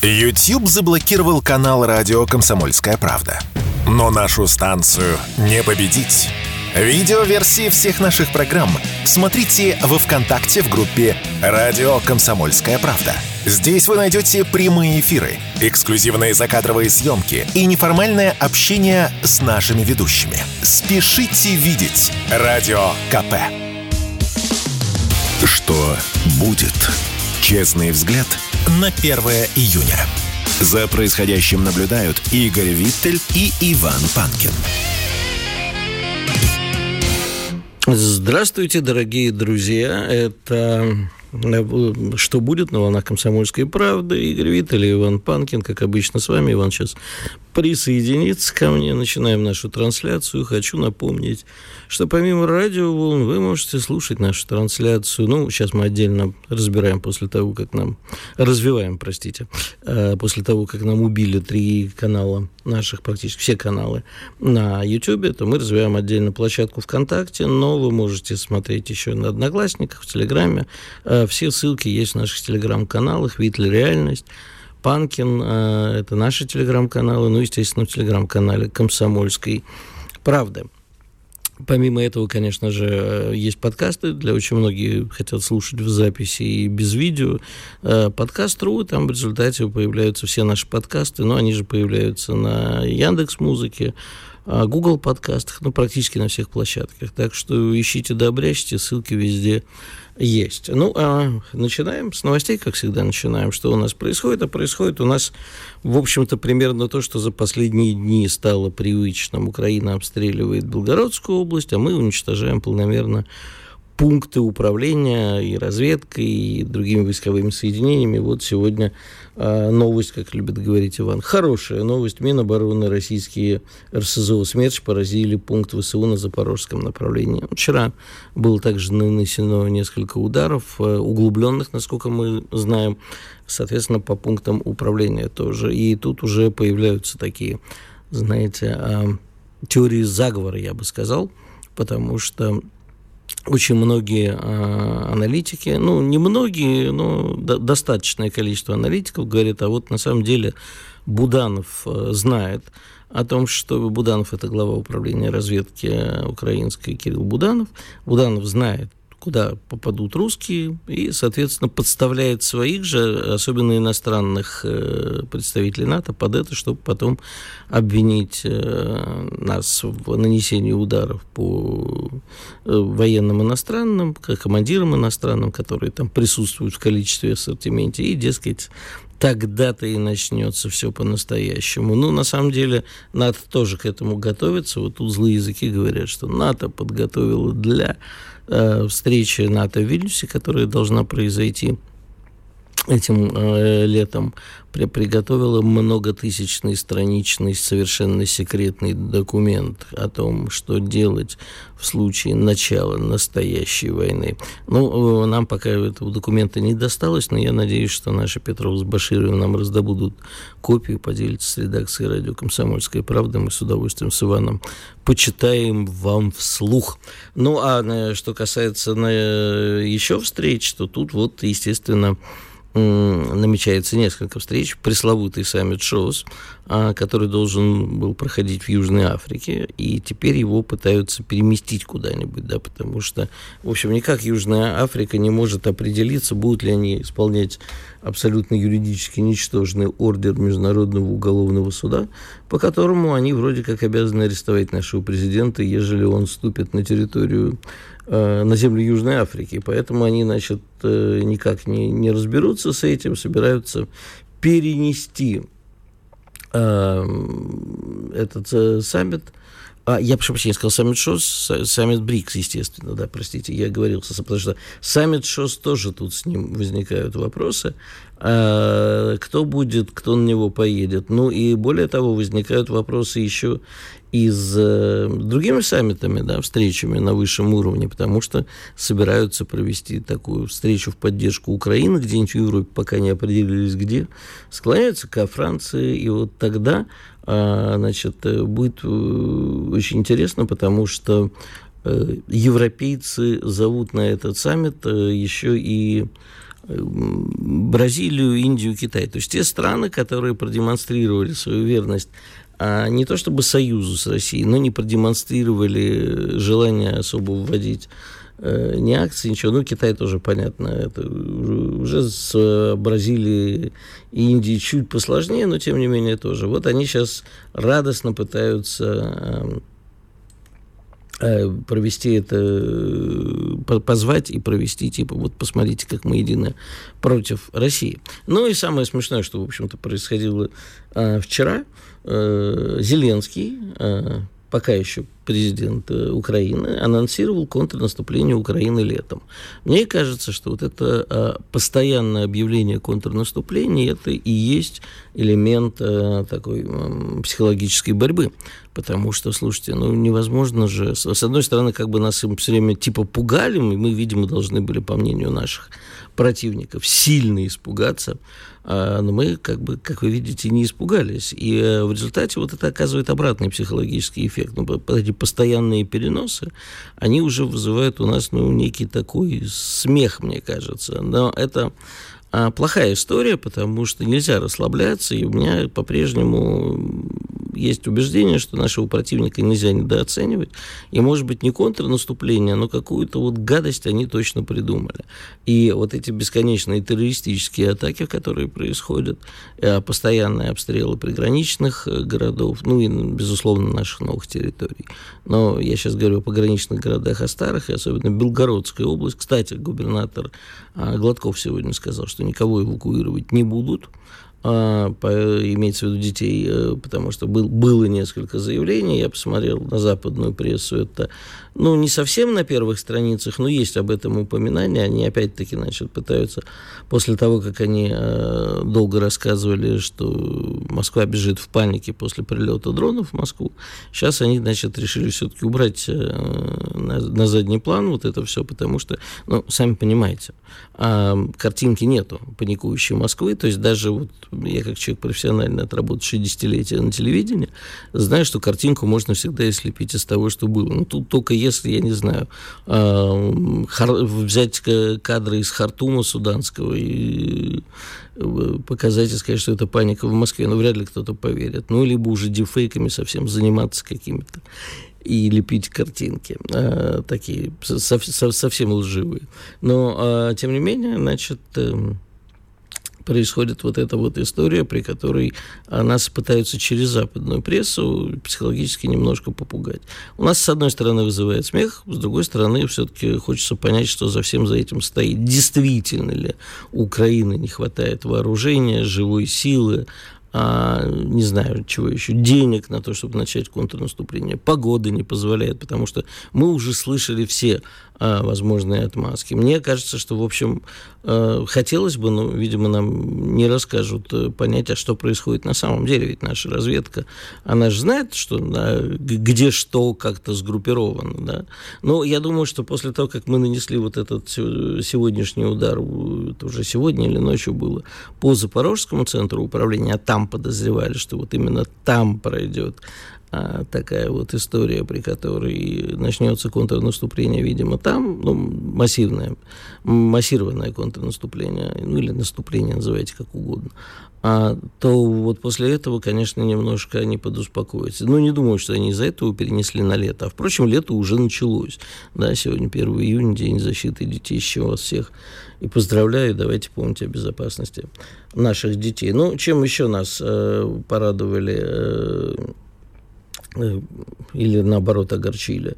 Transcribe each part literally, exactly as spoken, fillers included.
YouTube заблокировал канал радио «Комсомольская правда». Но нашу станцию не победить. Видеоверсии всех наших программ смотрите во ВКонтакте в группе «Радио Комсомольская правда». Здесь вы найдете прямые эфиры, эксклюзивные закадровые съемки и неформальное общение с нашими ведущими. Спешите видеть Радио КП. Что будет? Честный взгляд на первое июня. За происходящим наблюдают Игорь Виттель и Иван Панкин. Здравствуйте, дорогие друзья. Это «Что будет» на волнах «Комсомольской правды». Игорь Виттель и Иван Панкин, как обычно, с вами. Иван сейчас присоединится ко мне. Начинаем нашу трансляцию. Хочу напомнить, что помимо радиоволн вы можете слушать нашу трансляцию. Ну, сейчас мы отдельно разбираем после того, как нам... Развиваем, простите. После того, как нам убили три канала наших, практически все каналы на YouTube, то мы развиваем отдельно площадку ВКонтакте, но вы можете смотреть еще на Одноклассниках, в Телеграме. Все ссылки есть в наших телеграм-каналах. Виттель «Реальность», Панкин, это наши телеграм-каналы, ну, естественно, в телеграм-канале «Комсомольской правды». Помимо этого, конечно же, есть подкасты, для очень многих хотят слушать в записи и без видео. Подкаст.ру, там в результате появляются все наши подкасты, но они же появляются на Яндекс.Музыке, Google подкастах, ну, практически на всех площадках. Так что ищите да обрящите, ссылки везде есть. Ну, а начинаем с новостей, как всегда начинаем. Что у нас происходит? А происходит у нас, в общем-то, примерно то, что за последние дни стало привычным. Украина обстреливает Белгородскую область, а мы уничтожаем планомерно пункты управления и разведкой, и другими войсковыми соединениями. Вот сегодня э, новость, как любит говорить Иван. Хорошая новость. Минобороны, российские РСЗО «Смерч» поразили пункт ВСУ на запорожском направлении. Вчера было также нанесено несколько ударов, э, углубленных, насколько мы знаем, соответственно, по пунктам управления тоже. И тут уже появляются такие, знаете, э, теории заговора, я бы сказал, потому что очень многие э, аналитики, ну, не многие, но до, достаточное количество аналитиков говорят, а вот на самом деле Буданов э, знает о том, что Буданов – это глава управления разведки украинской Кирилл Буданов. Буданов знает, куда попадут русские, и, соответственно, подставляет своих же, особенно иностранных представителей НАТО, под это, чтобы потом обвинить нас в нанесении ударов по военным иностранным, командирам иностранным, которые там присутствуют в количестве в ассортименте, и, дескать, тогда-то и начнется все по-настоящему. Ну, на самом деле, НАТО тоже к этому готовится. Вот тут злые языки говорят, что НАТО подготовило для э, встречи НАТО в Вильнюсе, которая должна произойти этим э, летом, при, приготовила многотысячный страничный совершенно секретный документ о том, что делать в случае начала настоящей войны. Ну, нам пока этого документа не досталось, но я надеюсь, что наши Петров с Башировым нам раздобудут копию, поделятся с редакцией радио «Комсомольская правда». Мы с удовольствием с Иваном почитаем вам вслух. Ну, а что касается еще встреч, то тут вот, естественно, намечается несколько встреч. Пресловутый саммит ШОС, который должен был проходить в Южной Африке, и теперь его пытаются переместить куда-нибудь, да, потому что, в общем, никак Южная Африка не может определиться, будут ли они исполнять абсолютно юридически ничтожный ордер Международного уголовного суда, по которому они вроде как обязаны арестовать нашего президента, ежели он вступит на территорию, э, на землю Южной Африки. Поэтому они, значит, э, никак не, не разберутся с этим, собираются перенести э, этот э, саммит. А, я, прошу прощения, сказал саммит ШОС, саммит БРИКС, естественно, да, простите, я оговорился, потому что саммит ШОС тоже тут с ним возникают вопросы. А, кто будет, кто на него поедет? Ну, и более того, возникают вопросы еще и с э, другими саммитами, да, встречами на высшем уровне, потому что собираются провести такую встречу в поддержку Украины где-нибудь в Европе, пока не определились где, склоняются к Франции, и вот тогда, э, значит, будет очень интересно, потому что э, европейцы зовут на этот саммит э, еще и Бразилию, Индию, Китай. То есть те страны, которые продемонстрировали свою верность а не то чтобы союзу с Россией, но не продемонстрировали желание особо вводить э, ни акции, ничего. Ну, Китай тоже, понятно, это уже с Бразилией и Индией чуть посложнее, но тем не менее тоже. Вот они сейчас радостно пытаются э, провести это, позвать и провести, типа, вот посмотрите, как мы едины против России. Ну и самое смешное, что, в общем-то, происходило э, вчера. Зеленский, пока еще президент Украины, анонсировал контрнаступление Украины летом. Мне кажется, что вот это постоянное объявление контрнаступления, это и есть элемент такой психологической борьбы. Потому что, слушайте, ну невозможно же... С одной стороны, как бы нас им все время типа пугали, и мы, видимо, должны были, по мнению наших противников, сильно испугаться, но мы, как бы, как вы видите, не испугались. И в результате вот это оказывает обратный психологический эффект. Ну, эти постоянные переносы, они уже вызывают у нас, ну, некий такой смех, мне кажется. Но это плохая история, потому что нельзя расслабляться, и у меня по-прежнему есть убеждение, что нашего противника нельзя недооценивать, и, может быть, не контрнаступление, но какую-то вот гадость они точно придумали. И вот эти бесконечные террористические атаки, которые происходят, постоянные обстрелы приграничных городов, ну и, безусловно, наших новых территорий. Но я сейчас говорю о пограничных городах, о старых, и особенно Белгородская область. Кстати, губернатор Гладков сегодня сказал, что никого эвакуировать не будут, а, по, имеется в виду детей, потому что был, было несколько заявлений, я посмотрел на западную прессу, это, ну, не совсем на первых страницах, но есть об этом упоминание, они опять-таки, значит, пытаются, после того, как они э, долго рассказывали, что Москва бежит в панике после прилета дронов в Москву, сейчас они, значит, решили все-таки убрать э, на, на задний план вот это все, потому что, ну, сами понимаете, э, картинки нету паникующей Москвы, то есть даже вот я как человек профессионально отработавший десятилетия на телевидении, знаю, что картинку можно всегда слепить из того, что было. Ну, тут только если, я не знаю, взять кадры из Хартума суданского и показать и сказать, что это паника в Москве, но вряд ли кто-то поверит. Ну, либо уже дипфейками совсем заниматься какими-то и лепить картинки, а, такие сов- совсем лживые. Но, а, тем не менее, значит... происходит вот эта вот история, при которой нас пытаются через западную прессу психологически немножко попугать. У нас, с одной стороны, вызывает смех, с другой стороны, все-таки хочется понять, что за всем за этим стоит. Действительно ли у Украины не хватает вооружения, живой силы, а, не знаю, чего еще, денег на то, чтобы начать контрнаступление. Погода не позволяет, потому что мы уже слышали все а, возможные отмазки. Мне кажется, что, в общем, а, хотелось бы, но, видимо, нам не расскажут а, понять, а что происходит на самом деле. Ведь наша разведка, она же знает, что, да, где что как-то сгруппировано. Да? Но я думаю, что после того, как мы нанесли вот этот сегодняшний удар, это уже сегодня или ночью было, по Запорожскому центру управления, а там подозревали, что вот именно там пройдет а, такая вот история, при которой начнется контрнаступление, видимо, там, ну, массивное, массированное контрнаступление, ну, или наступление, называйте как угодно, а, то вот после этого, конечно, немножко они подуспокоятся. Ну, не думаю, что они из-за этого перенесли на лето. А, впрочем, лето уже началось. Да, сегодня первого июня, День защиты детей, с чего вас всех и поздравляю. Давайте помнить о безопасности наших детей. Ну, чем еще нас э, порадовали э, э, или, наоборот, огорчили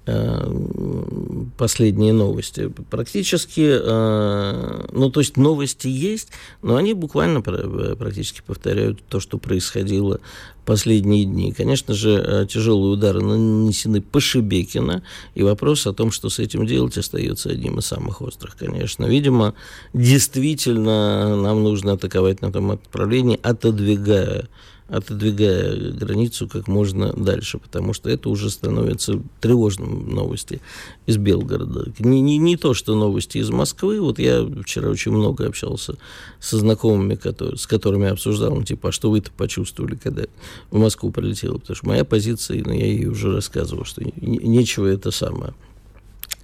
последние новости. Практически, ну, то есть новости есть, но они буквально практически повторяют то, что происходило последние дни. Конечно же, тяжелые удары нанесены по Шебекино, и вопрос о том, что с этим делать, остается одним из самых острых, конечно. Видимо, действительно нам нужно атаковать на том направлении, отодвигая отодвигая границу как можно дальше, потому что это уже становится тревожным новости из Белгорода. Не, не, не то, что новости из Москвы. Вот я вчера очень много общался со знакомыми, которые, с которыми обсуждал, ну, типа, а что вы-то почувствовали, когда в Москву прилетело? Потому что моя позиция, ну, я ей уже рассказывал, что нечего это самое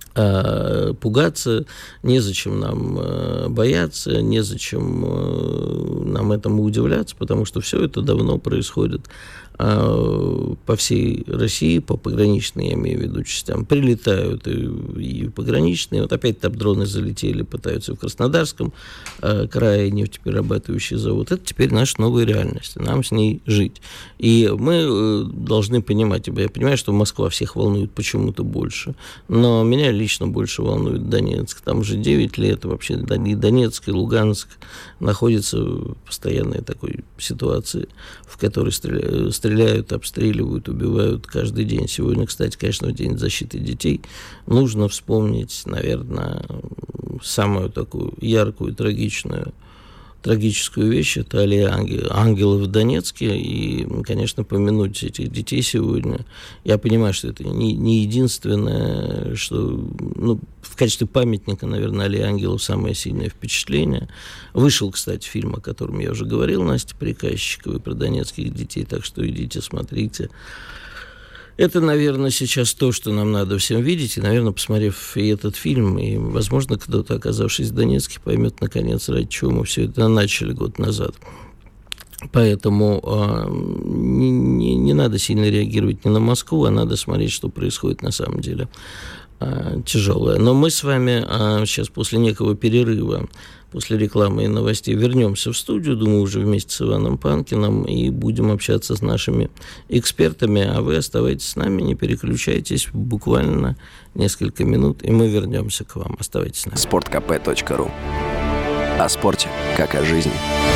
А пугаться, незачем нам бояться, незачем нам этому удивляться, потому что все это давно происходит по всей России, по пограничной, я имею в виду, частям, прилетают и, и пограничные. Вот опять там дроны залетели, пытаются в Краснодарском крае нефтеперерабатывающий завод. Это теперь наша новая реальность, нам с ней жить. И мы должны понимать, я понимаю, что Москва всех волнует почему-то больше, но меня лично больше волнует Донецк. Там уже девять лет вообще и Донецк, и Луганск находятся в постоянной такой ситуации, в которой стреляют, стреляют, обстреливают, убивают каждый день. Сегодня, кстати, конечно, День защиты детей. Нужно вспомнить, наверное, самую такую яркую, трагичную, трагическую вещь. Это аллея ангелов в Донецке. И, конечно, помянуть этих детей сегодня. Я понимаю, что это не, не единственное, что... Ну, в качестве памятника, наверное, аллея ангелов самое сильное впечатление. Вышел, кстати, фильм, о котором я уже говорил, Насти Приказчиковой, про донецких детей, так что идите, смотрите. Это, наверное, сейчас то, что нам надо всем видеть, и, наверное, посмотрев и этот фильм, и, возможно, кто-то, оказавшись в Донецке, поймет, наконец, ради чего мы все это начали год назад. Поэтому э, не, не, не надо сильно реагировать не на Москву, а надо смотреть, что происходит на самом деле э, тяжелое. Но мы с вами э, сейчас после некого перерыва, после рекламы и новостей вернемся в студию, думаю, уже вместе с Иваном Панкиным, и будем общаться с нашими экспертами, а вы оставайтесь с нами, не переключайтесь, буквально несколько минут, и мы вернемся к вам. Оставайтесь с нами. спорт кей пи точка ру. О спорте, как о жизни.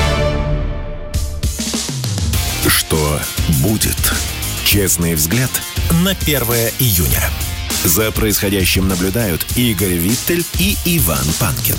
Что будет? Честный взгляд на первое июня. За происходящим наблюдают Игорь Виттель и Иван Панкин.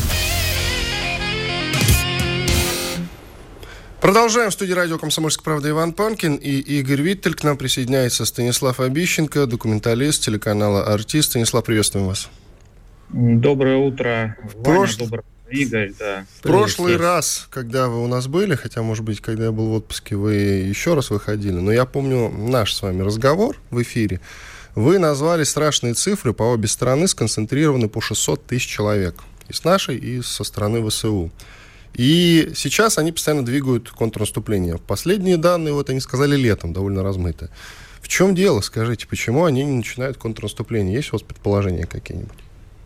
Продолжаем. В студии радио «Комсомольская правда» Иван Панкин и Игорь Виттель. К нам присоединяется Станислав Обищенко, документалист телеканала «Артист». Станислав, приветствуем вас. Доброе утро, в Ваня, прош... доброе утро, Игорь. Да. В прошлый раз, когда вы у нас были, хотя, может быть, когда я был в отпуске, вы еще раз выходили, но я помню наш с вами разговор в эфире. Вы назвали страшные цифры, по обе стороны сконцентрированы по шестьсот тысяч человек. И с нашей, и со стороны ВСУ. И сейчас они постоянно двигают контрнаступление. Последние данные, вот они сказали летом, довольно размыто. В чем дело, скажите, почему они не начинают контрнаступление? Есть у вас предположения какие-нибудь?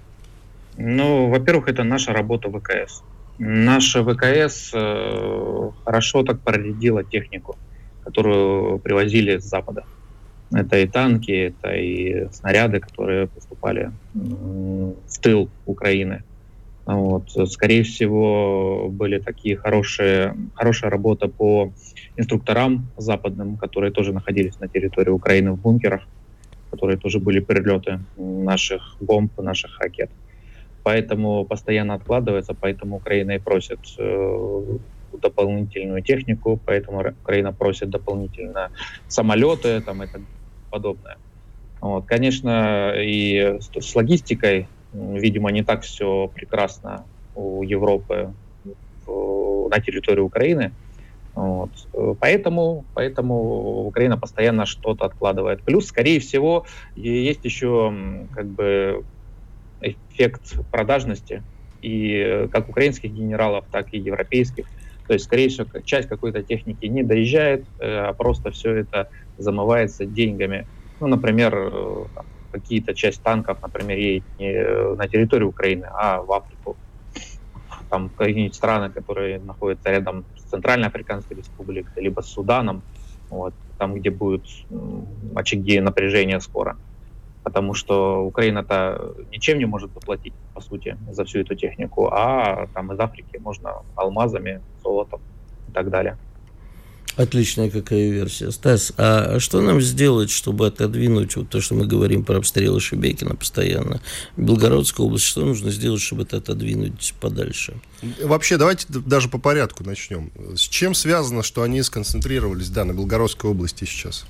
Ну, во-первых, это наша работа ВКС. Наша ВКС э, хорошо так проредила технику, которую привозили с Запада. Это и танки, это и снаряды, которые поступали э, в тыл Украины. Вот. Скорее всего, были такие хорошие, хорошая работа по инструкторам западным, которые тоже находились на территории Украины в бункерах, которые тоже были перелеты наших бомб, наших ракет. Поэтому постоянно откладывается, поэтому Украина и просит э, дополнительную технику, поэтому Украина просит дополнительно самолеты там, и так подобное. Вот. Конечно, и с, с логистикой, видимо, не так все прекрасно у Европы в, на территории Украины. Вот. Поэтому, поэтому Украина постоянно что-то откладывает. Плюс, скорее всего, есть еще как бы эффект продажности и как украинских генералов, так и европейских. То есть, скорее всего, часть какой-то техники не доезжает, а просто все это замывается деньгами. Ну, например, какие-то часть танков, например, едет не на территорию Украины, а в Африку. Там какие-нибудь страны, которые находятся рядом с Центральной Африканской Республикой, либо с Суданом, вот, там, где будут очаги напряжения скоро. Потому что Украина-то ничем не может заплатить, по сути, за всю эту технику, а там из Африки можно алмазами, золотом и так далее. Отличная какая версия. Стас, а что нам сделать, чтобы отодвинуть вот то, что мы говорим про обстрелы Шебекина постоянно? Белгородская область, что нужно сделать, чтобы это отодвинуть подальше? Вообще, давайте даже по порядку начнем. С чем связано, что они сконцентрировались, да, на Белгородской области сейчас?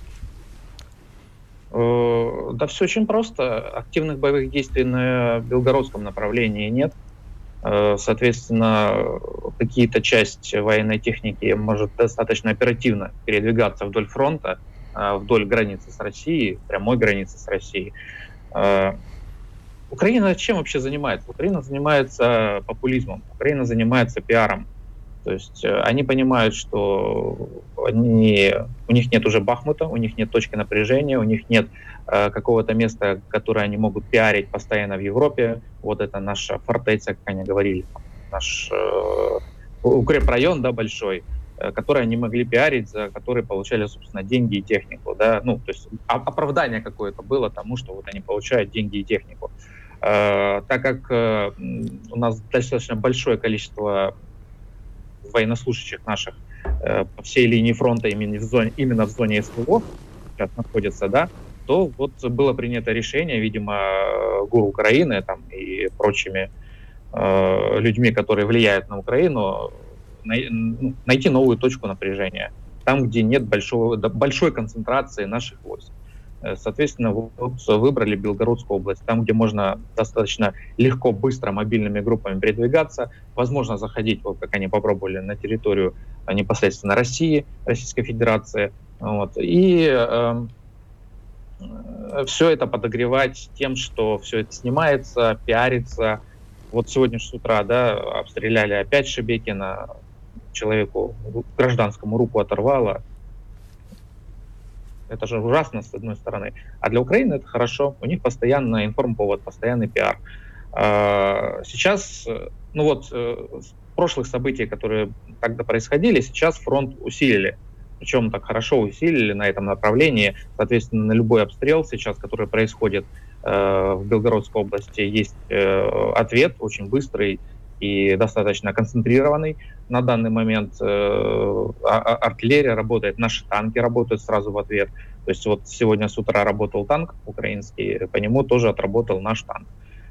Да все очень просто. Активных боевых действий на белгородском направлении нет. Соответственно, какие-то часть военной техники может достаточно оперативно передвигаться вдоль фронта, вдоль границы с Россией, прямой границы с Россией. Украина чем вообще занимается? Украина занимается популизмом, Украина занимается пиаром. То есть они понимают, что они, у них нет уже Бахмута, у них нет точки напряжения, у них нет э, какого-то места, которое они могут пиарить постоянно в Европе. Вот это наша фортеца, как они говорили, наш э, укрепрайон, да, большой, э, который они могли пиарить, за который получали, собственно, деньги и технику. Да? Ну, то есть оправдание какое-то было тому, что вот они получают деньги и технику. Э, так как э, у нас достаточно большое количество военнослужащих наших э, по всей линии фронта именно в зоне, именно в зоне СВО сейчас находятся, да, то вот было принято решение, видимо, ГУР Украины там, и прочими э, людьми, которые влияют на Украину, най, ну, найти новую точку напряжения, там, где нет большого, большой концентрации наших войск. Соответственно, вот выбрали Белгородскую область, там, где можно достаточно легко, быстро, мобильными группами передвигаться, возможно заходить, вот как они попробовали, на территорию непосредственно России, Российской Федерации. Вот. И э, все это подогревать тем, что все это снимается, пиарится. Вот сегодня с утра, да, обстреляли опять Шебекина, человеку гражданскому руку оторвало. Это же ужасно, с одной стороны. А для Украины это хорошо. У них постоянный информповод, постоянный пиар. Сейчас, ну вот, с прошлых событий, которые тогда происходили, сейчас фронт усилили. Причем так хорошо усилили на этом направлении. Соответственно, на любой обстрел сейчас, который происходит в Белгородской области, есть ответ очень быстрый и достаточно концентрированный. На данный момент э, артиллерия работает, наши танки работают сразу в ответ. То есть вот сегодня с утра работал танк украинский, по нему тоже отработал наш танк.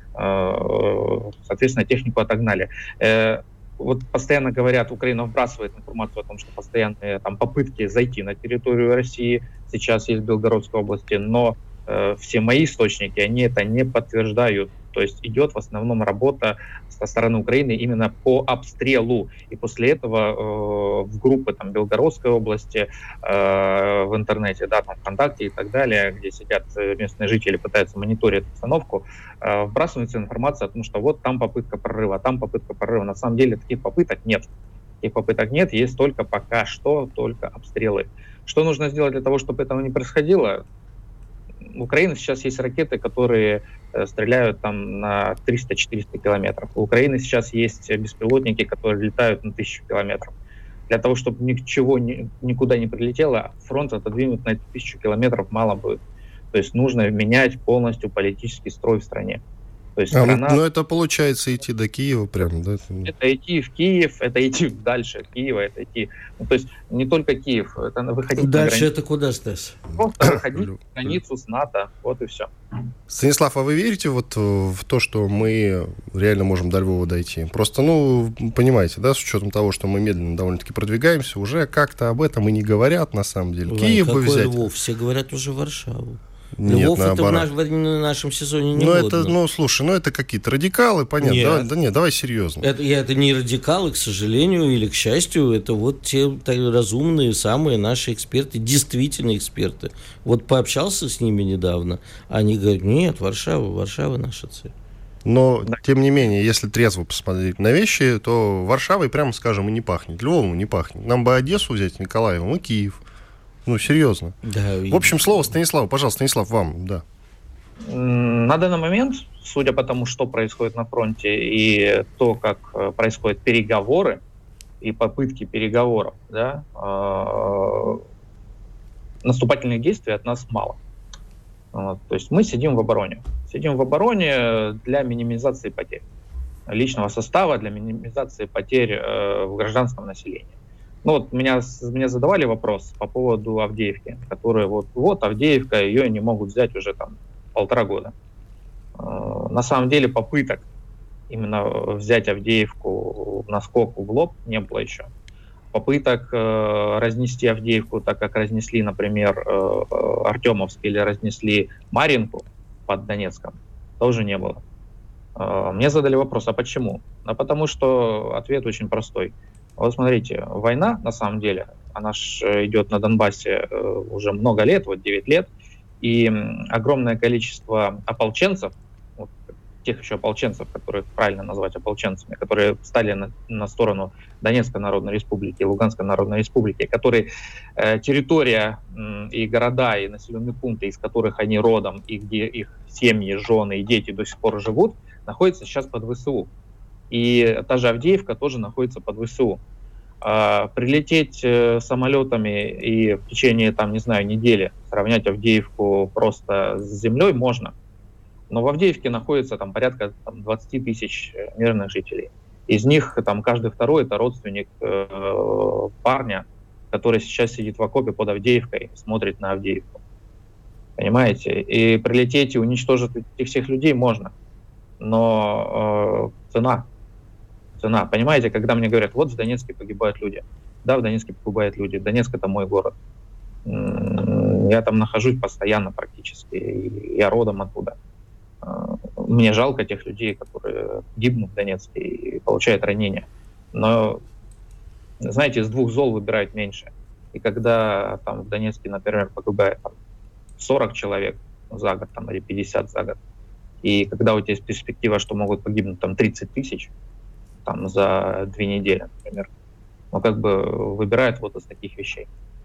Э, соответственно, технику отогнали. Э, вот постоянно говорят, Украина вбрасывает информацию о том, что постоянные там попытки зайти на территорию России сейчас есть в Белгородской области, но э, все мои источники, они это не подтверждают. То есть идет в основном работа со стороны Украины именно по обстрелу. И после этого э, в группы там, Белгородской области, э, в интернете, да, там, ВКонтакте и так далее, где сидят местные жители, пытаются мониторить обстановку, э, вбрасывается информация о том, что вот там попытка прорыва, там попытка прорыва. На самом деле таких попыток нет. Таких попыток нет, есть только пока что, только обстрелы. Что нужно сделать для того, чтобы этого не происходило? У Украины сейчас есть ракеты, которые э, стреляют там на триста-четыреста километров. У Украины сейчас есть беспилотники, которые летают на тысячу километров. Для того, чтобы ничего ни, никуда не прилетело, фронт отодвинуть на тысячу километров мало будет. То есть нужно менять полностью политический строй в стране. То есть а, страна... Ну, это получается идти до Киева прям, да? Это идти в Киев, это идти дальше Киева, это идти... Ну, то есть не только Киев, это выходить дальше на границу. Это куда, Стас? Просто выходить на границу с НАТО, вот и все. Станислав, а вы верите вот в то, что мы реально можем до Львова дойти? Просто, ну, понимаете, да, с учетом того, что мы медленно довольно-таки продвигаемся, уже как-то об этом и не говорят, на самом деле. Вань, Киев бы взять. Львов? Все говорят уже Варшаву. Нет, Львов это в, наш, в нашем сезоне не ну, модно. это, ну, слушай, ну это какие-то радикалы, понятно. Нет. Давай, да нет, давай серьезно. Это, это не радикалы, к сожалению, или к счастью, это вот те разумные, самые наши эксперты, действительно эксперты. Вот пообщался с ними недавно, они говорят, нет, Варшава, Варшава наша цель. Но, тем не менее, если трезво посмотреть на вещи, то Варшавой, прямо скажем, и не пахнет. Львовом не пахнет. Нам бы Одессу взять, Николаевым и Киев. Ну, серьезно. Да, в общем, слово Станиславу. Пожалуйста, Станислав, вам, да. На данный момент, судя по тому, что происходит на фронте и то, как происходят переговоры и попытки переговоров, да, э, наступательных действий от нас мало. Вот, то есть мы сидим в обороне. Сидим в обороне для минимизации потерь личного состава, для минимизации потерь э, в гражданском населении. Ну вот меня, меня задавали вопрос по поводу Авдеевки, которая вот, вот Авдеевка, ее не могут взять уже там полтора года. Э, на самом деле попыток именно взять Авдеевку наскок в лоб не было еще. Попыток э, разнести Авдеевку, так как разнесли, например, э, Артемовск или разнесли Марьинку под Донецком, тоже не было. Э, мне задали вопрос, а почему? А потому что ответ очень простой. Вот смотрите, война, на самом деле, она ж идет на Донбассе уже много лет, вот девять лет, и огромное количество ополченцев, вот, тех еще ополченцев, которых правильно назвать ополченцами, которые встали на, на сторону Донецкой Народной Республики и Луганской Народной Республики, которые э, территория э, и города, и населенные пункты, из которых они родом, и где их семьи, жены и дети до сих пор живут, находятся сейчас под ВСУ. И та же Авдеевка тоже находится под ВСУ. А, прилететь э, самолетами и в течение, там, не знаю, недели сравнять Авдеевку просто с землей можно. Но в Авдеевке находится там порядка там, двадцать тысяч мирных жителей. Из них там каждый второй — это родственник э, парня, который сейчас сидит в окопе под Авдеевкой и смотрит на Авдеевку. Понимаете? И прилететь и уничтожить этих всех людей можно. Но э, цена. Цена. Понимаете, когда мне говорят, вот в Донецке погибают люди. Да, в Донецке погибают люди. Донецк — это мой город. Я там нахожусь постоянно практически. Я родом оттуда. Мне жалко тех людей, которые гибнут в Донецке и получают ранения. Но, знаете, из двух зол выбирают меньше. И когда там в Донецке, например, погибает там, сорок человек за год там, или пятьдесят за год, и когда у тебя есть перспектива, что могут погибнуть там тридцать тысяч там, за две недели, например, ну, как бы выбирают вот из таких вещей.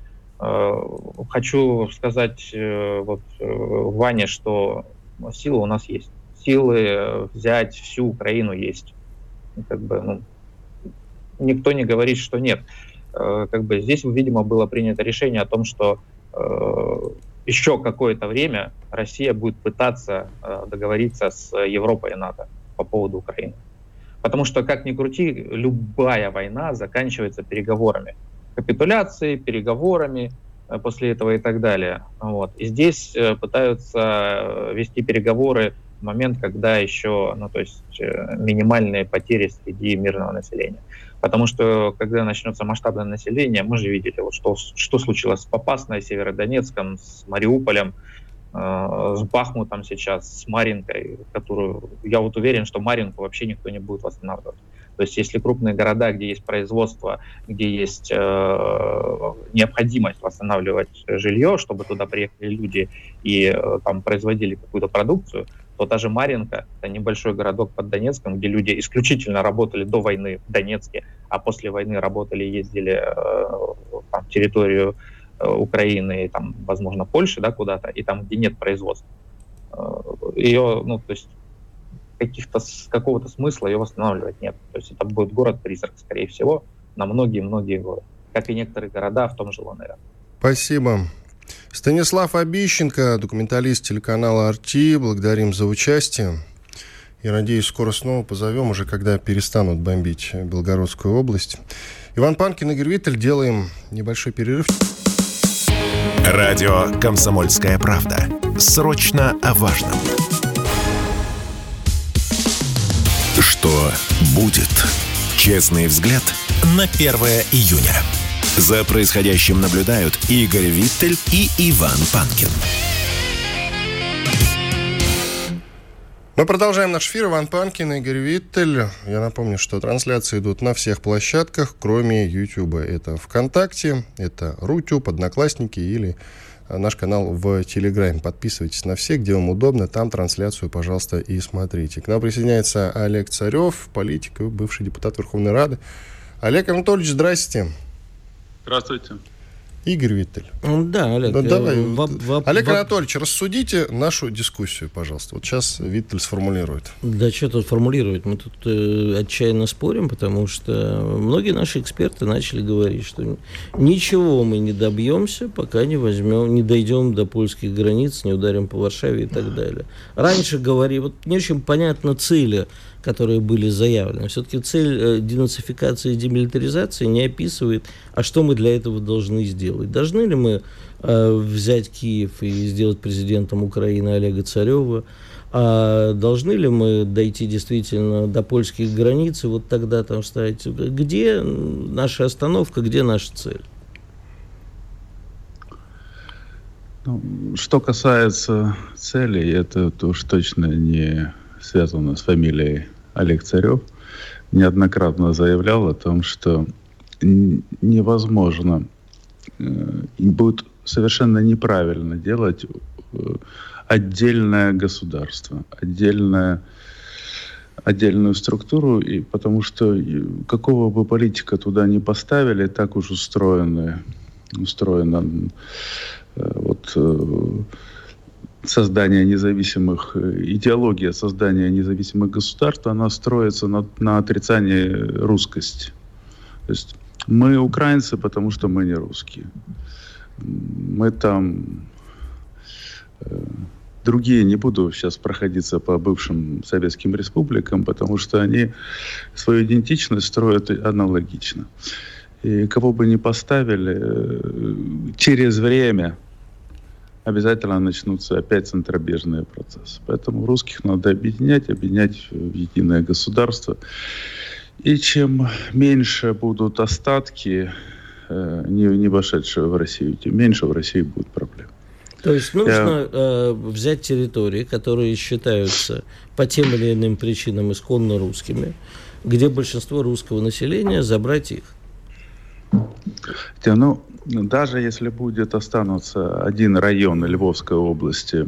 Хочу сказать вот Ване, что силы у нас есть. Силы взять всю Украину есть. Как бы, ну, никто не говорит, что нет. Как бы здесь, видимо, было принято решение о том, что э, еще какое-то время Россия будет пытаться э, договориться с Европой и НАТО по поводу Украины. Потому что, как ни крути, любая война заканчивается переговорами. Капитуляцией, переговорами, после этого и так далее. Вот. И здесь э, пытаются вести переговоры в момент, когда еще, ну, то есть э, минимальные потери среди мирного населения. Потому что, когда начнется масштабное население, мы же видели, вот, что, что случилось с Попасной, Северодонецком, с Мариуполем, э, с Бахмутом сейчас, с Марьинкой, которую, я вот уверен, что Марьинку вообще никто не будет восстанавливать. То есть если крупные города, где есть производство, где есть э, необходимость восстанавливать жилье, чтобы туда приехали люди и э, там производили какую-то продукцию, то та же Марьинка — это небольшой городок под Донецком, где люди исключительно работали до войны в Донецке, а после войны работали и ездили э, там, в территорию э, Украины, и, там, возможно, Польши, да, куда-то, и там, где нет производства. Э, ее, ну, то есть каких-то, какого-то смысла ее восстанавливать нет. То есть это будет город-призрак, скорее всего, на многие-многие годы. Как и некоторые города в том же Лондоне. Спасибо. Станислав Обищенко, документалист телеканала эр ти. Благодарим за участие. Я надеюсь, скоро снова позовем, уже когда перестанут бомбить Белгородскую область. Иван Панкин, Игорь Виттель. Делаем небольшой перерыв. Радио «Комсомольская правда». Срочно о важном. Что будет? Честный взгляд на первое июня. За происходящим наблюдают Игорь Виттель и Иван Панкин. Мы продолжаем наш эфир. Иван Панкин, Игорь Виттель. Я напомню, что трансляции идут на всех площадках, кроме Ютуба. Это ВКонтакте, это Рутюб, Одноклассники или наш канал в Телеграме. Подписывайтесь на все, где вам удобно. Там трансляцию, пожалуйста, и смотрите. К нам присоединяется Олег Царев, политик и бывший депутат Верховной Рады. Олег Анатольевич, здрасте. Здравствуйте. Игорь Виттель. Да, Олег. Ну, давай. Воп, воп, Олег воп... Анатольевич, рассудите нашу дискуссию, пожалуйста. Вот сейчас Виттель сформулирует. Да что тут формулировать? Мы тут э, отчаянно спорим, потому что многие наши эксперты начали говорить, что ничего мы не добьемся, пока не возьмем, не дойдем до польских границ, не ударим по Варшаве и так далее. Раньше говорили, вот не очень понятно цели, которые были заявлены. Все-таки цель денацификации и демилитаризации не описывает, а что мы для этого должны сделать. Должны ли мы э, взять Киев и сделать президентом Украины Олега Царева? А должны ли мы дойти действительно до польских границ и вот тогда там ставить, где наша остановка, где наша цель? Ну, что касается целей, это уж точно не связано с фамилией Олег Царев. Неоднократно заявлял о том, что невозможно, будет совершенно неправильно делать отдельное государство, отдельное отдельную структуру, и потому что какого бы политика туда ни поставили, так уж устроены, устроено э, вот, э, создание независимых, идеология создания независимых государств, она строится на, на отрицании русскости. То есть мы украинцы, потому что мы не русские. Мы там... Э, Другие не буду сейчас проходиться по бывшим советским республикам, потому что они свою идентичность строят аналогично. И кого бы ни поставили, через время обязательно начнутся опять центробежные процессы. Поэтому русских надо объединять, объединять в единое государство. И чем меньше будут остатки, не, не вошедшие в Россию, тем меньше в России будет проблем. То есть нужно Я... э, взять территории, которые считаются по тем или иным причинам исконно русскими, где большинство русского населения, забрать их. Ну, даже если будет останутся один район Львовской области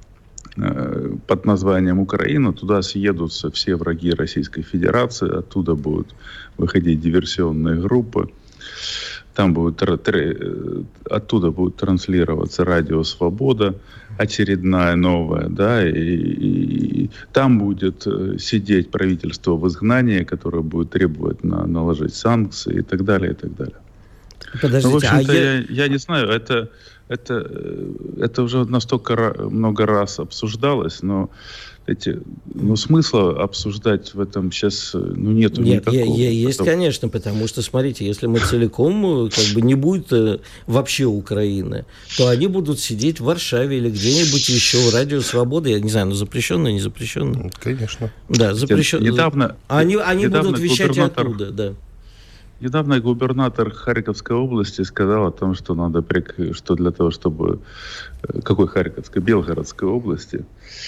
э, под названием Украина, туда съедутся все враги Российской Федерации, оттуда будут выходить диверсионные группы. Там будет, оттуда будет транслироваться радио «Свобода», очередная новая, да, и, и там будет сидеть правительство в изгнании, которое будет требовать на, наложить санкции и так далее, и так далее. Подождите, ну, в общем-то, а я... я, я не знаю, это, это, это уже настолько много раз обсуждалось, но эти, ну, смысла обсуждать в этом сейчас ну, нету Нет, никакого. Нет, есть, потому... конечно, потому что, смотрите, если мы целиком, как бы не будет вообще Украины, то они будут сидеть в Варшаве или где-нибудь еще в радио «Свобода». Я не знаю, ну запрещенно, не запрещенно? Конечно. Да, запрещенно. Недавно, они они недавно будут вещать губернатор... оттуда, да. Недавно губернатор Харьковской области сказал о том, что надо, что для того, чтобы... Какой Харьковской? Белгородской области.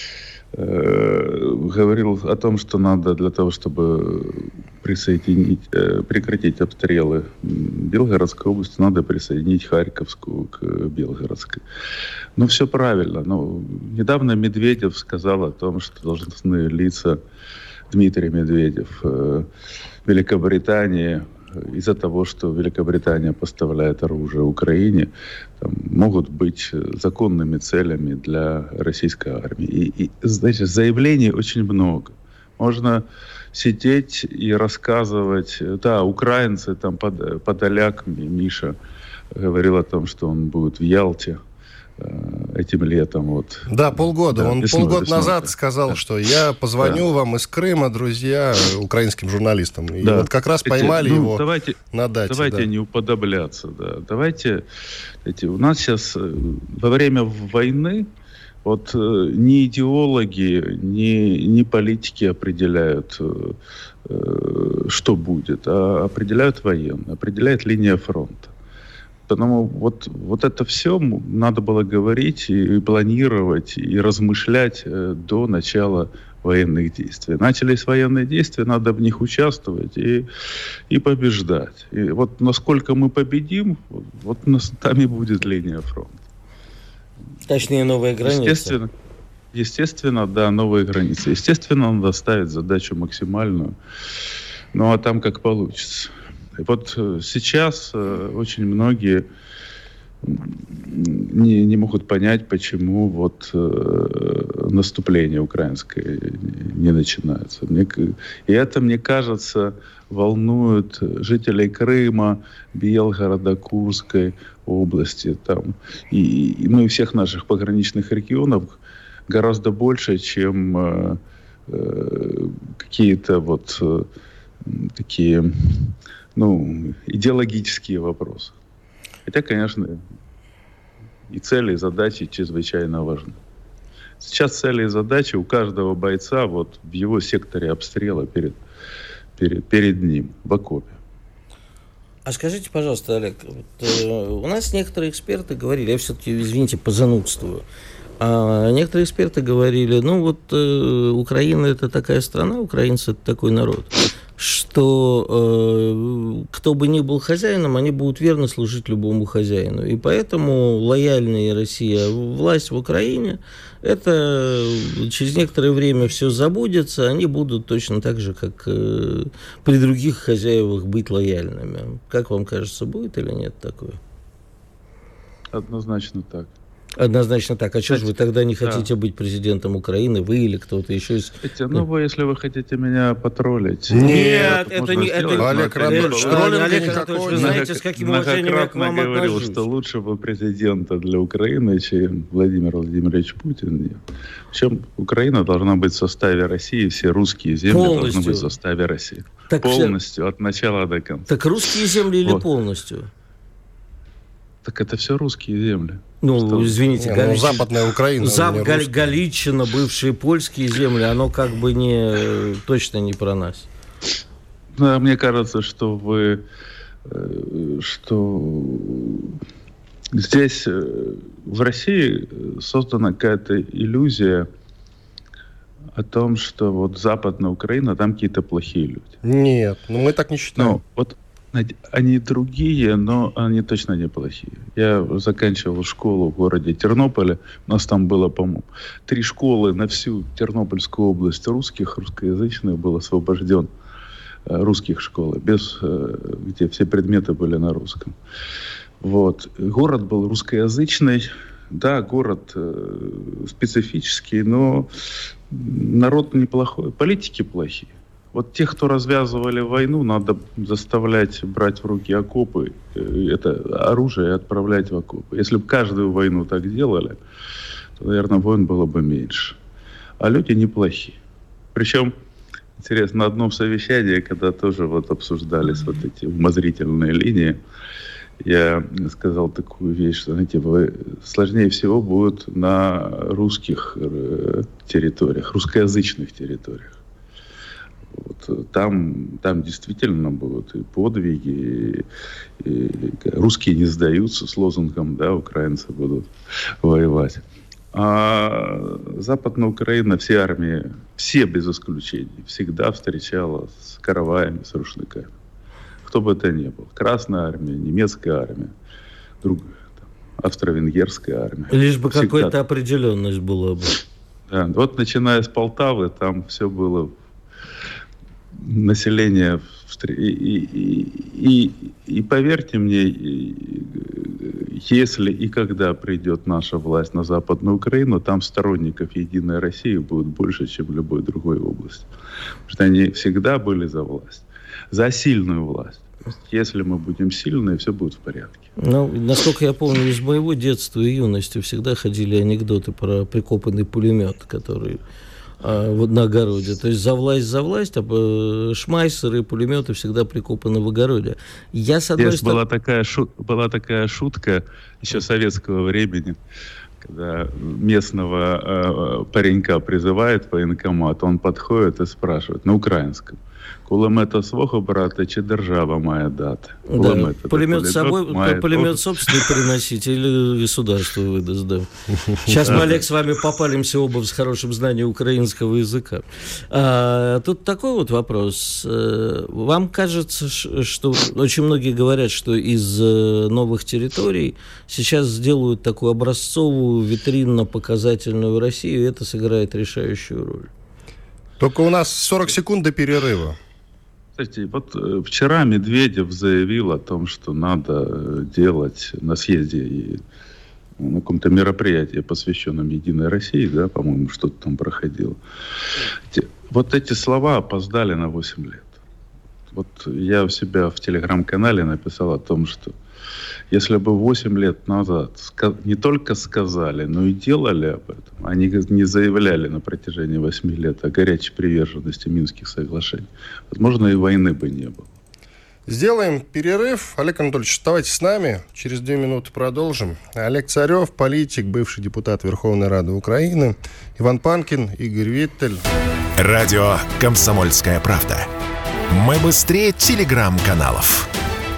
Э, говорил о том, что надо для того, чтобы присоединить, э, прекратить обстрелы Белгородской области, надо присоединить Харьковскую к Белгородской. Ну, все правильно. Но недавно Медведев сказал о том, что должностные лица, Дмитрий Медведев, э, Великобритании, из-за того, что Великобритания поставляет оружие Украине, там, могут быть законными целями для российской армии. И, и, значит, заявлений очень много. Можно сидеть и рассказывать, да, украинцы, там, под, подоляк, Миша говорил о том, что он будет в Ялте этим летом. Вот. Да, полгода. Да, он весной, полгода весной, назад да. сказал, да. что я позвоню да. вам из Крыма, друзья, украинским журналистам. И да. вот как раз эти, поймали ну, его давайте, на дате. Давайте да. не уподобляться. Да. Давайте... Эти, у нас сейчас во время войны вот ни идеологи, ни, ни политики определяют, что будет, а определяют военные, определяет линия фронта. Потому вот, вот это все надо было говорить и, и планировать, и размышлять э, до начала военных действий. Начались военные действия, надо в них участвовать и, и побеждать. И вот насколько мы победим, вот, вот у нас там и будет линия фронта. Точнее, новые границы. Естественно, естественно, да, новые границы. Естественно, надо ставить задачу максимальную. Ну, а там как получится. И вот сейчас очень многие не, не могут понять, почему вот наступление украинское не начинается. Мне, и это, мне кажется, волнует жителей Крыма, Белгорода, Курской области, там, и, и, ну, и всех наших пограничных регионов гораздо больше, чем э, э, какие-то вот э, такие... ну, идеологические вопросы. Хотя, конечно, и цели, и задачи чрезвычайно важны. Сейчас цели и задачи у каждого бойца вот в его секторе обстрела перед, перед, перед ним, в окопе. А скажите, пожалуйста, Олег, вот, э, у нас некоторые эксперты говорили, я все-таки, извините, позанудствую, а некоторые эксперты говорили, ну вот э, Украина это такая страна, украинцы это такой народ, что э, кто бы ни был хозяином, они будут верно служить любому хозяину. И поэтому лояльная Россия власть в Украине, это через некоторое время все забудется, они будут точно так же, как э, при других хозяевах, быть лояльными. Как вам кажется, будет или нет такое? Однозначно так. Однозначно так. А что же вы тогда не хотите да. быть президентом Украины, вы или кто-то еще из... Хотите, ну, вы, если вы хотите меня потроллить... Нет, это не... Это, Олег Анатольевич, Олег Анатольевич, вы знаете, с каким уважением я к вам говорил, отношусь. что лучше бы президента для Украины, чем Владимир Владимирович Путин. Нет. Причем Украина должна быть в составе России, все русские земли полностью. Должны быть в составе России. Так полностью, все... от начала до конца. Так русские земли или вот. Полностью? Так это все русские земли. Ну, что? извините, не, Галич... ну, Западная Украина. Зап... Гал... Галичина, бывшие польские земли, оно как бы не точно не про нас. Да, мне кажется, что вы, что здесь в России создана какая-то иллюзия о том, что вот Западная Украина, там какие-то плохие люди. Нет, ну мы так не считаем. Ну, вот они другие, но они точно неплохие. Я заканчивал школу в городе Тернополе. У нас там было, по-моему, три школы на всю Тернопольскую область русских, русскоязычных был освобожден русских школ, без, где все предметы были на русском. Вот. Город был русскоязычный. Да, город специфический, но народ неплохой. Политики плохие. Вот тех, кто развязывали войну, надо заставлять брать в руки окопы, это оружие, и отправлять в окопы. Если бы каждую войну так делали, то, наверное, войн было бы меньше. А люди неплохие. Причем, интересно, на одном совещании, когда тоже вот обсуждались вот эти умозрительные линии, я сказал такую вещь, что, знаете, вы, сложнее всего будет на русских территориях, русскоязычных территориях. Вот, там, там действительно будут и подвиги, и, и русские не сдаются с лозунгом, да, украинцы будут воевать. А Западная Украина, все армии, все без исключения, всегда встречала с караваями, с рушниками. Кто бы это ни был. Красная армия, немецкая армия, другая, там, австро-венгерская армия. Лишь бы всегда... какая-то определенность была бы. Да, вот начиная с Полтавы, там все было... население и, и, и, и поверьте мне, если и когда придет наша власть на Западную Украину, там сторонников Единой России будет больше, чем в любой другой области. Потому что они всегда были за власть, за сильную власть. Если мы будем сильные, все будет в порядке. Ну, насколько я помню, из моего детства и юности всегда ходили анекдоты про прикопанный пулемет, который... вот на огороде. То есть за власть, за власть, а шмайсеры и пулеметы всегда прикопаны в огороде. Я, с одной стороны... была, такая шут... была такая шутка еще советского времени, когда местного э, паренька призывает в военкомат, он подходит и спрашивает на украинском: кулемета свого брата чи держава має дати? Да. Пулемет с собой, має... пулемет собственный приносить или государство выдаст, да. Сейчас мы, Олег, с вами попалимся оба с хорошим знанием украинского языка. А, тут такой вот вопрос. Вам кажется, что очень многие говорят, что из новых территорий сейчас сделают такую образцовую, витринно-показательную Россию, и это сыграет решающую роль? Только у нас сорок секунд до перерыва. Кстати, вот вчера Медведев заявил о том, что надо делать на съезде и на каком-то мероприятии, посвященном Единой России, да, по-моему, что-то там проходило. Вот эти слова опоздали на восемь лет. Вот я у себя в телеграм-канале написал о том, что если бы восемь лет назад не только сказали, но и делали об этом, они не заявляли на протяжении восьми лет о горячей приверженности Минских соглашений, возможно, и войны бы не было. Сделаем перерыв. Олег Анатольевич, оставайтесь с нами. Через две минуты продолжим. Олег Царев, политик, бывший депутат Верховной Рады Украины. Иван Панкин, Игорь Виттель. Радио «Комсомольская правда». Мы быстрее телеграм-каналов.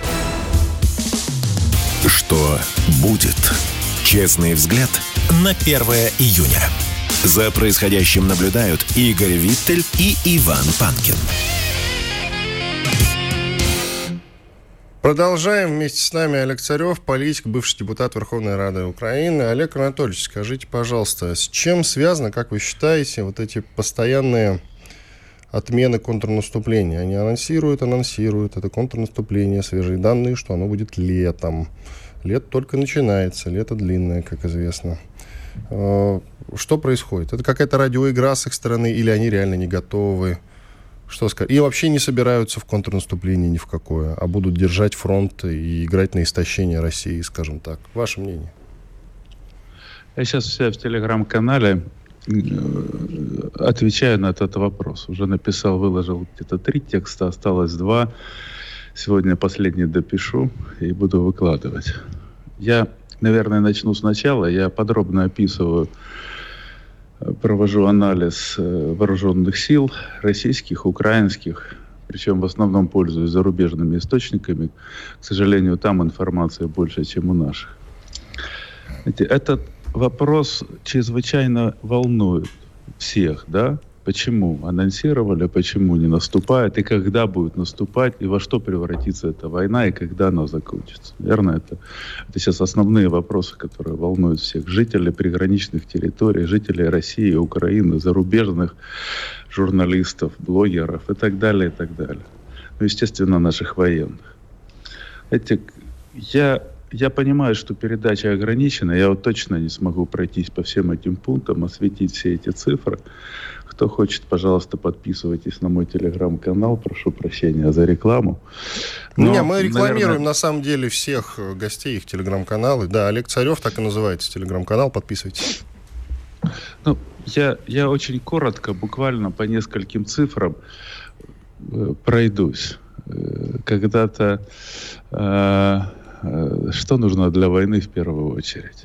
Что будет? Честный взгляд на первое июня. За происходящим наблюдают Игорь Виттель и Иван Панкин. Продолжаем. Вместе с нами Олег Царев, политик, бывший депутат Верховной Рады Украины. Олег Анатольевич, скажите, пожалуйста, с чем связано, как вы считаете, вот эти постоянные отмены контрнаступления? Они анонсируют, анонсируют, это контрнаступление, свежие данные, что оно будет летом. Лето только начинается, лето длинное, как известно. Что происходит? Это какая-то радиоигра с их стороны, или они реально не готовы? Что сказать? И вообще не собираются в контрнаступление ни в какое, а будут держать фронт и играть на истощение России, скажем так. Ваше мнение? Я сейчас все в телеграм-канале отвечаю на этот вопрос. Уже написал, выложил где-то три текста, осталось два. Сегодня последний допишу и буду выкладывать. Я, наверное, начну сначала. Я подробно описываю, провожу анализ вооруженных сил, российских, украинских, причем в основном пользуюсь зарубежными источниками. К сожалению, там информация больше, чем у наших. Знаете, этот вопрос чрезвычайно волнует всех, да? Почему анонсировали, почему не наступает, и когда будет наступать, и во что превратится эта война, и когда она закончится. Наверное, это, это сейчас основные вопросы, которые волнуют всех жителей приграничных территорий, жителей России, Украины, зарубежных журналистов, блогеров и так далее, и так далее. Ну, естественно, наших военных. Эти, я, я понимаю, что передача ограничена, я вот точно не смогу пройтись по всем этим пунктам, осветить все эти цифры. Кто хочет, пожалуйста, подписывайтесь на мой телеграм-канал. Прошу прощения за рекламу. Но, Не, мы рекламируем, наверное... на самом деле, всех гостей, их телеграм-каналы. Да, Олег Царев, так и называется телеграм-канал. Подписывайтесь. Ну, я, я очень коротко, буквально по нескольким цифрам э, пройдусь. Э, когда-то э, э, что нужно для войны в первую очередь?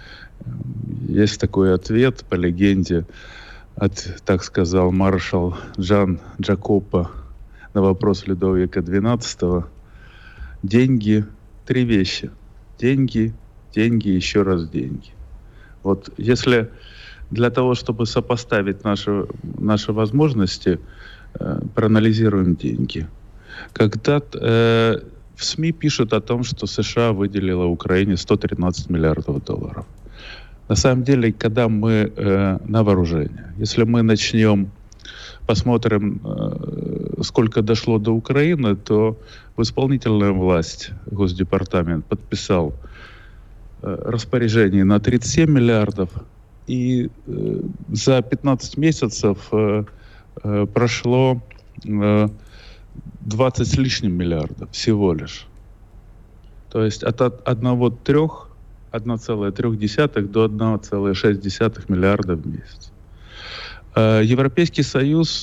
Есть такой ответ по легенде, от, так сказал маршал Жан Джакопо на вопрос Людовика двенадцатого. Деньги, три вещи. Деньги, деньги, еще раз деньги. Вот если для того, чтобы сопоставить наши, наши возможности, э, проанализируем деньги. Когда э, в СМИ пишут о том, что США выделила Украине сто тринадцать миллиардов долларов. На самом деле, когда мы э, на вооружение, если мы начнем, посмотрим, э, сколько дошло до Украины, то в исполнительную власть Госдепартамент подписал э, распоряжение на тридцать семь миллиардов, и э, за пятнадцать месяцев э, э, прошло э, двадцать с лишним миллиардов всего лишь. То есть от одного трех одна целая три десятых до одна целая шесть десятых миллиарда в месяц. Европейский Союз,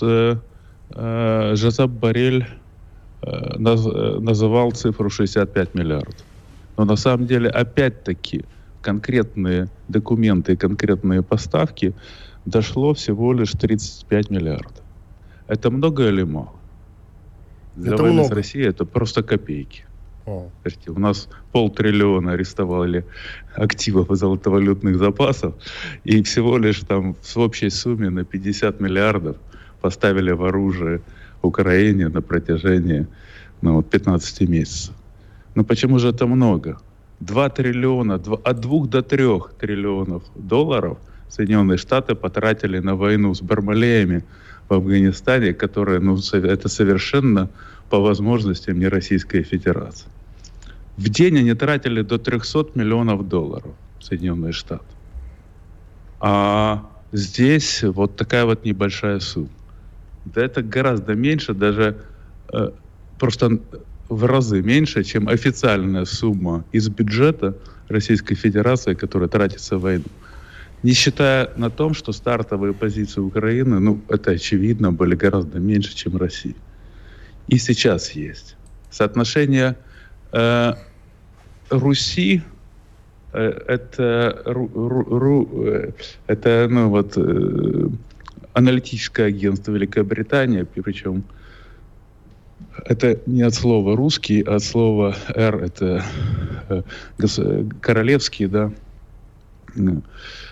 Жозеп Боррель называл цифру шестьдесят пять миллиардов. Но на самом деле, опять-таки, конкретные документы и конкретные поставки дошло всего лишь тридцать пять миллиардов. Это много или мало? Для это войны много. с Россией это просто копейки. У нас полтриллиона арестовали активов и золотовалютных запасов, и всего лишь там в общей сумме на пятьдесят миллиардов поставили в оружие Украине на протяжении ну, вот пятнадцати месяцев. Но почему же это много? два триллиона, от двух до трех триллионов долларов Соединенные Штаты потратили на войну с Бармалеями в Афганистане, которая, ну, это совершенно по возможностям не Российская Федерация. В день они тратили до триста миллионов долларов, Соединенные Штаты. А здесь вот такая вот небольшая сумма. Да это гораздо меньше, даже э, просто в разы меньше, чем официальная сумма из бюджета Российской Федерации, которая тратится в войну. Не считая на том, что стартовые позиции Украины, ну, это очевидно, были гораздо меньше, чем Россия. И сейчас есть. Соотношение э, Руси, э, это, ру, ру, ру, э, это ну, вот, э, аналитическое агентство Великобритании, причем это не от слова русский, а от слова «р», это э, гос, королевский, да,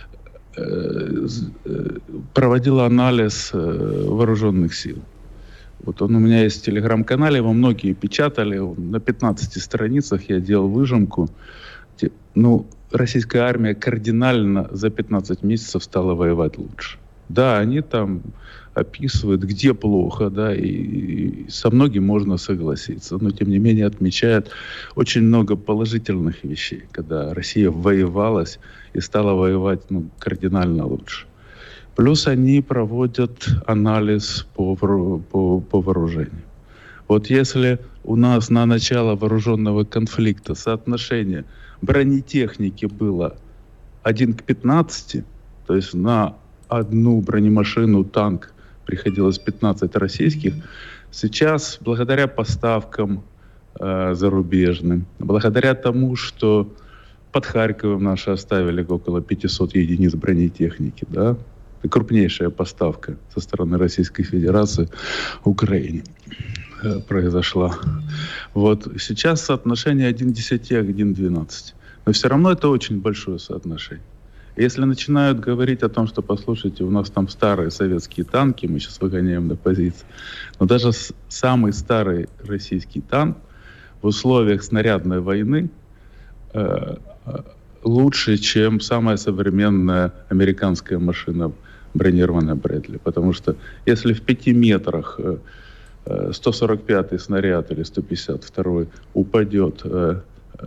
э, проводила анализ э, вооруженных сил. Вот он у меня есть в телеграм-канале, его многие печатали. На пятнадцати страницах я делал выжимку. Ну, российская армия кардинально за пятнадцать месяцев стала воевать лучше. Да, они там описывают, где плохо, да, и, и со многим можно согласиться. Но, тем не менее, отмечают очень много положительных вещей, когда Россия воевалась и стала воевать, ну, кардинально лучше. Плюс они проводят анализ по, по, по вооружению. Вот если у нас на начало вооруженного конфликта соотношение бронетехники было один к пятнадцати, то есть на одну бронемашину, танк приходилось пятнадцать российских, сейчас благодаря поставкам э, зарубежным, благодаря тому, что под Харьковом наши оставили около пятисот единиц бронетехники, да, это крупнейшая поставка со стороны Российской Федерации Украине э, произошла. Вот сейчас соотношение один к десяти, один к двенадцати. Но все равно это очень большое соотношение. Если начинают говорить о том, что, послушайте, у нас там старые советские танки, мы сейчас выгоняем на позиции, но даже самый старый российский танк в условиях снарядной войны э, лучше, чем самая современная американская машина бронированная Брэдли. Потому что если в пяти метрах э, сто сорок пятый снаряд или сто пятьдесят второй упадет э,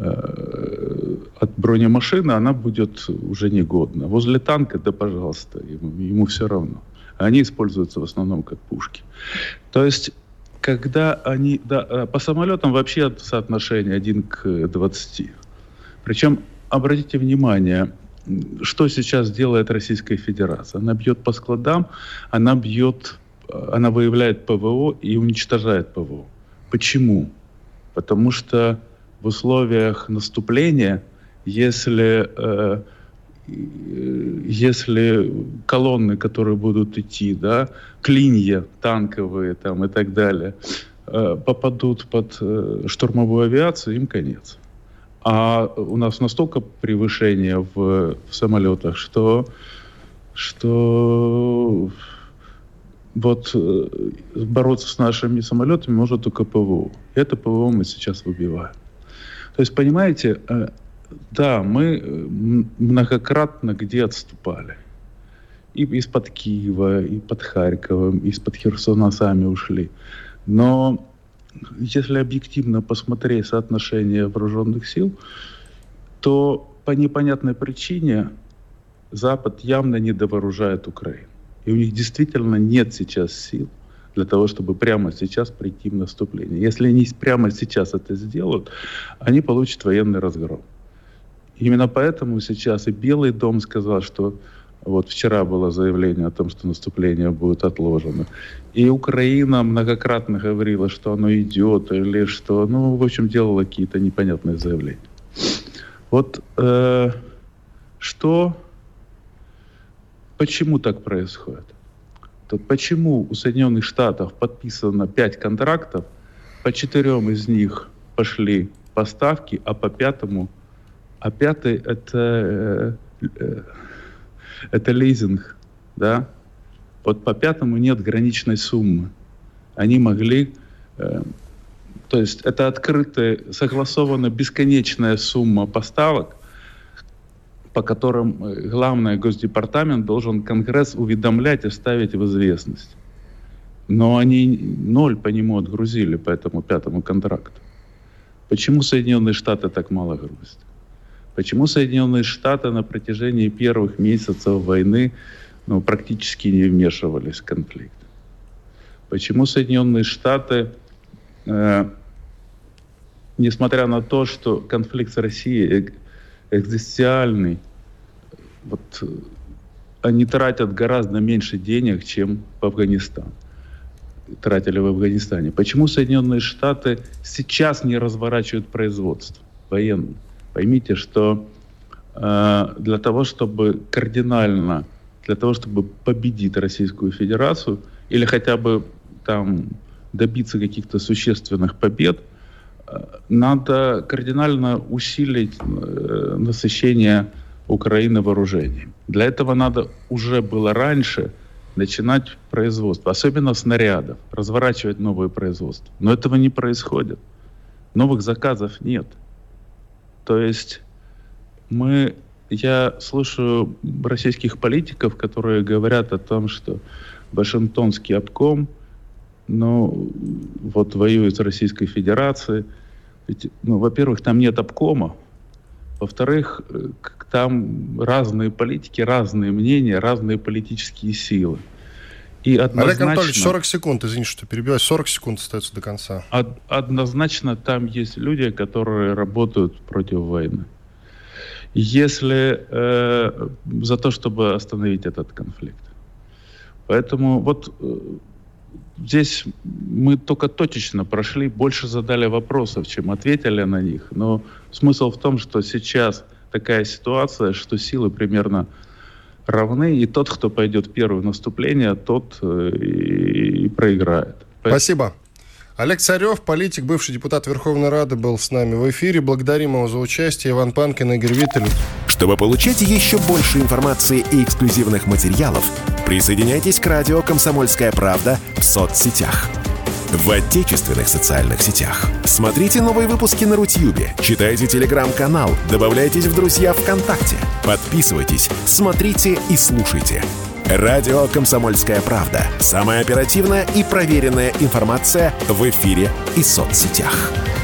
от бронемашины, она будет уже негодна. Возле танка, да пожалуйста, ему, ему все равно. Они используются в основном как пушки. То есть, когда они... Да, по самолетам вообще соотношение один к двадцати. Причем, обратите внимание, что сейчас делает Российская Федерация. Она бьет по складам, она бьет, она выявляет ПВО и уничтожает ПВО. Почему? Потому что в условиях наступления, если, э, если колонны, которые будут идти, да, клинья танковые там, и так далее, э, попадут под э, штурмовую авиацию, им конец. А у нас настолько превышение в, в самолетах, что, что вот э, бороться с нашими самолетами может только ПВО. Это ПВО мы сейчас выбиваем. То есть, понимаете, да, мы многократно где отступали. И из-под Киева, и под Харьковом, и из-под Херсона сами ушли. Но если объективно посмотреть соотношение вооруженных сил, то по непонятной причине Запад явно недовооружает Украину. И у них действительно нет сейчас сил для того, чтобы прямо сейчас прийти в наступление. Если они прямо сейчас это сделают, они получат военный разгром. Именно поэтому сейчас и Белый дом сказал, что вот вчера было заявление о том, что наступление будет отложено. И Украина многократно говорила, что оно идет, или что, ну, в общем, делала какие-то непонятные заявления. Вот э, что, почему так происходит? Почему у Соединенных Штатов подписано пять контрактов, по четырем из них пошли поставки, а по пятому, а пятый это, э, это лизинг, да? Вот по пятому нет граничной суммы. Они могли, э, то есть это открытая, согласована бесконечная сумма поставок, по которым главный Госдепартамент должен Конгресс уведомлять и ставить в известность. Но они ноль по нему отгрузили, по этому пятому контракту. Почему Соединенные Штаты так мало грузят? Почему Соединенные Штаты на протяжении первых месяцев войны ну, практически не вмешивались в конфликт? Почему Соединенные Штаты, э, несмотря на то, что конфликт с Россией экзистенциальный, вот, они тратят гораздо меньше денег, чем в Афганистан. Тратили в Афганистане. Почему Соединенные Штаты сейчас не разворачивают производство военное? Поймите, что э, для того, чтобы кардинально, для того, чтобы победить Российскую Федерацию или хотя бы там добиться каких-то существенных побед, надо кардинально усилить э, насыщение Украины вооружением. Для этого надо уже было раньше начинать производство, особенно снарядов, разворачивать новые производства. Но этого не происходит. Новых заказов нет. То есть мы, я слушаю российских политиков, которые говорят о том, что Вашингтонский обком, ну, вот воюет с Российской Федерацией. Ведь, ну, во-первых, там нет обкома. Во-вторых, там разные политики, разные мнения, разные политические силы. И однозначно, Олег Анатольевич, сорок секунд, извините, что перебиваю, сорок секунд остается до конца. Од, однозначно там есть люди, которые работают против войны. Если э, за то, чтобы остановить этот конфликт. Поэтому вот э, здесь мы только точечно прошли, больше задали вопросов, чем ответили на них. Но смысл в том, что сейчас такая ситуация, что силы примерно равны, и тот, кто пойдет первое наступление, тот э, и, и проиграет. Спасибо. Олег Царев, политик, бывший депутат Верховной Рады, был с нами в эфире. Благодарим его за участие. Иван Панкин, Игорь Виттель. Чтобы получать еще больше информации и эксклюзивных материалов, присоединяйтесь к радио «Комсомольская правда» в соцсетях. В отечественных социальных сетях. Смотрите новые выпуски на Рутьюбе, читайте телеграм-канал, добавляйтесь в друзья ВКонтакте, подписывайтесь, смотрите и слушайте. Радио «Комсомольская правда». Самая оперативная и проверенная информация в эфире и соцсетях.